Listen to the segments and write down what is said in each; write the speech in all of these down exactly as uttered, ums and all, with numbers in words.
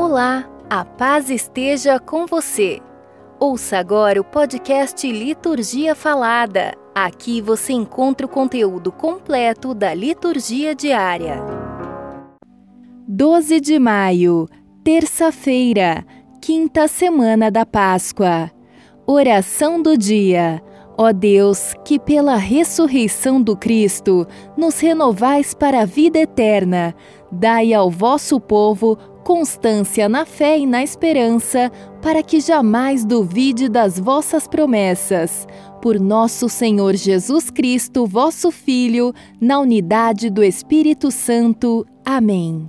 Olá, a paz esteja com você. Ouça agora o podcast Liturgia Falada. Aqui você encontra o conteúdo completo da liturgia diária. doze de maio, terça-feira, quinta semana da Páscoa. Oração do dia. Ó Deus, que pela ressurreição do Cristo nos renovais para a vida eterna, dai ao vosso povo constância na fé e na esperança, para que jamais duvide das vossas promessas. Por nosso Senhor Jesus Cristo, vosso Filho, na unidade do Espírito Santo. Amém.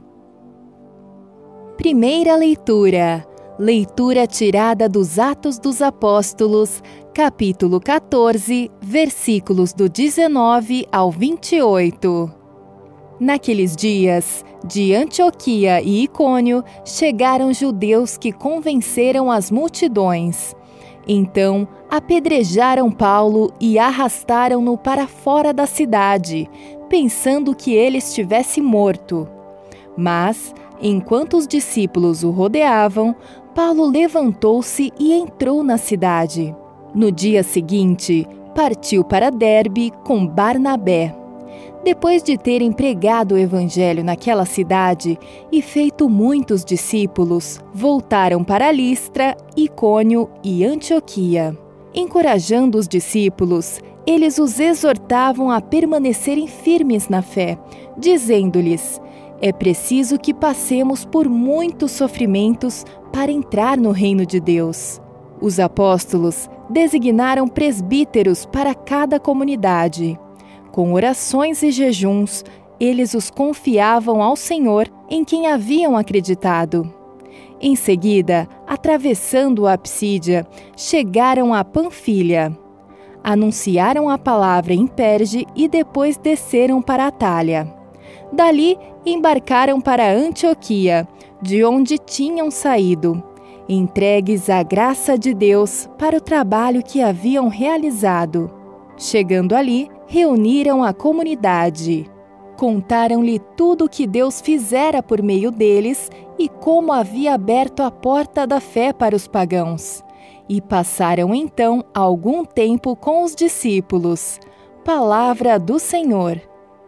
Primeira leitura. Leitura tirada dos Atos dos Apóstolos, capítulo quatorze, versículos do dezenove ao vinte e oito. Naqueles dias, de Antioquia e Icônio, chegaram judeus que convenceram as multidões. Então, apedrejaram Paulo e arrastaram-no para fora da cidade, pensando que ele estivesse morto. Mas, enquanto os discípulos o rodeavam, Paulo levantou-se e entrou na cidade. No dia seguinte, partiu para Derbe com Barnabé. Depois de terem pregado o evangelho naquela cidade e feito muitos discípulos, voltaram para Listra, Icônio e Antioquia. Encorajando os discípulos, eles os exortavam a permanecerem firmes na fé, dizendo-lhes: é preciso que passemos por muitos sofrimentos para entrar no reino de Deus. Os apóstolos designaram presbíteros para cada comunidade. Com orações e jejuns, eles os confiavam ao Senhor, em quem haviam acreditado. Em seguida, atravessando a Psídia, chegaram a Panfilha. Anunciaram a palavra em Perge e depois desceram para Atália. Dali, embarcaram para Antioquia, de onde tinham saído, entregues à graça de Deus para o trabalho que haviam realizado. Chegando ali, reuniram a comunidade. Contaram-lhe tudo o que Deus fizera por meio deles e como havia aberto a porta da fé para os pagãos. E passaram então algum tempo com os discípulos. Palavra do Senhor.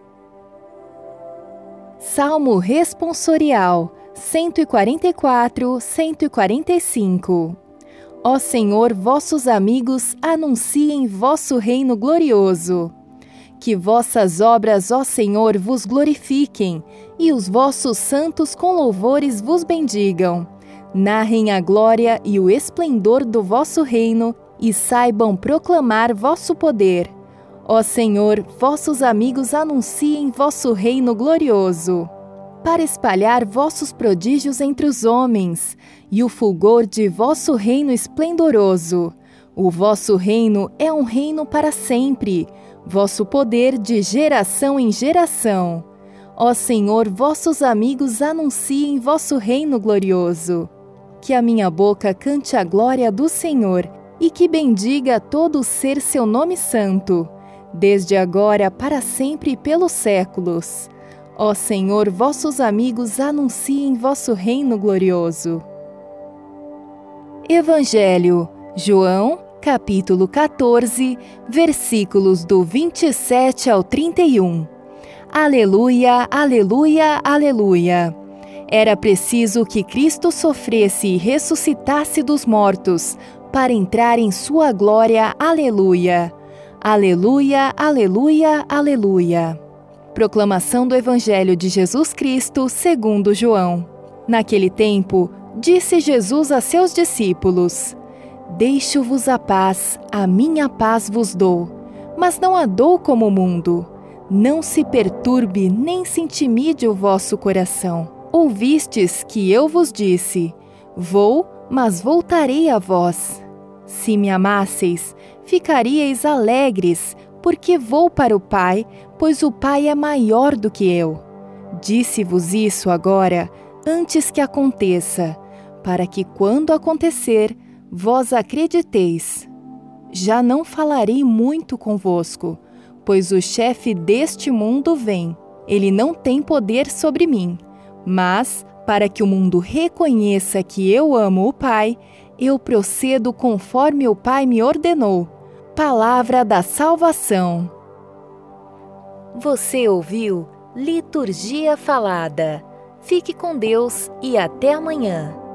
Salmo responsorial, cento e quarenta e quatro, cento e quarenta e cinco. Ó Senhor, vossos amigos anunciem vosso reino glorioso. Que vossas obras, ó Senhor, vos glorifiquem, e os vossos santos com louvores vos bendigam. Narrem a glória e o esplendor do vosso reino, e saibam proclamar vosso poder. Ó Senhor, vossos amigos anunciem vosso reino glorioso, para espalhar vossos prodígios entre os homens, e o fulgor de vosso reino esplendoroso. O vosso reino é um reino para sempre, vosso poder de geração em geração. Ó Senhor, vossos amigos anunciem vosso reino glorioso. Que a minha boca cante a glória do Senhor, e que bendiga todo ser seu nome santo, desde agora para sempre e pelos séculos. Ó Senhor, vossos amigos anunciem vosso reino glorioso. Evangelho, João, capítulo quatorze, versículos do vinte e sete ao trinta e um. Aleluia, aleluia, aleluia. Era preciso que Cristo sofresse e ressuscitasse dos mortos, para entrar em sua glória. Aleluia. Aleluia, aleluia, aleluia. Proclamação do Evangelho de Jesus Cristo segundo João. Naquele tempo, disse Jesus a seus discípulos: Deixo-vos a paz, a minha paz vos dou, mas não a dou como o mundo. Não se perturbe nem se intimide o vosso coração. Ouvistes que eu vos disse: Vou, mas voltarei a vós. Se me amasseis, ficaríeis alegres, porque vou para o Pai, pois o Pai é maior do que eu. Disse-vos isso agora, antes que aconteça, para que quando acontecer, vós acrediteis. Já não falarei muito convosco, pois o chefe deste mundo vem. Ele não tem poder sobre mim, mas para que o mundo reconheça que eu amo o Pai, eu procedo conforme o Pai me ordenou. Palavra da salvação. Você ouviu Liturgia Falada. Fique com Deus e até amanhã.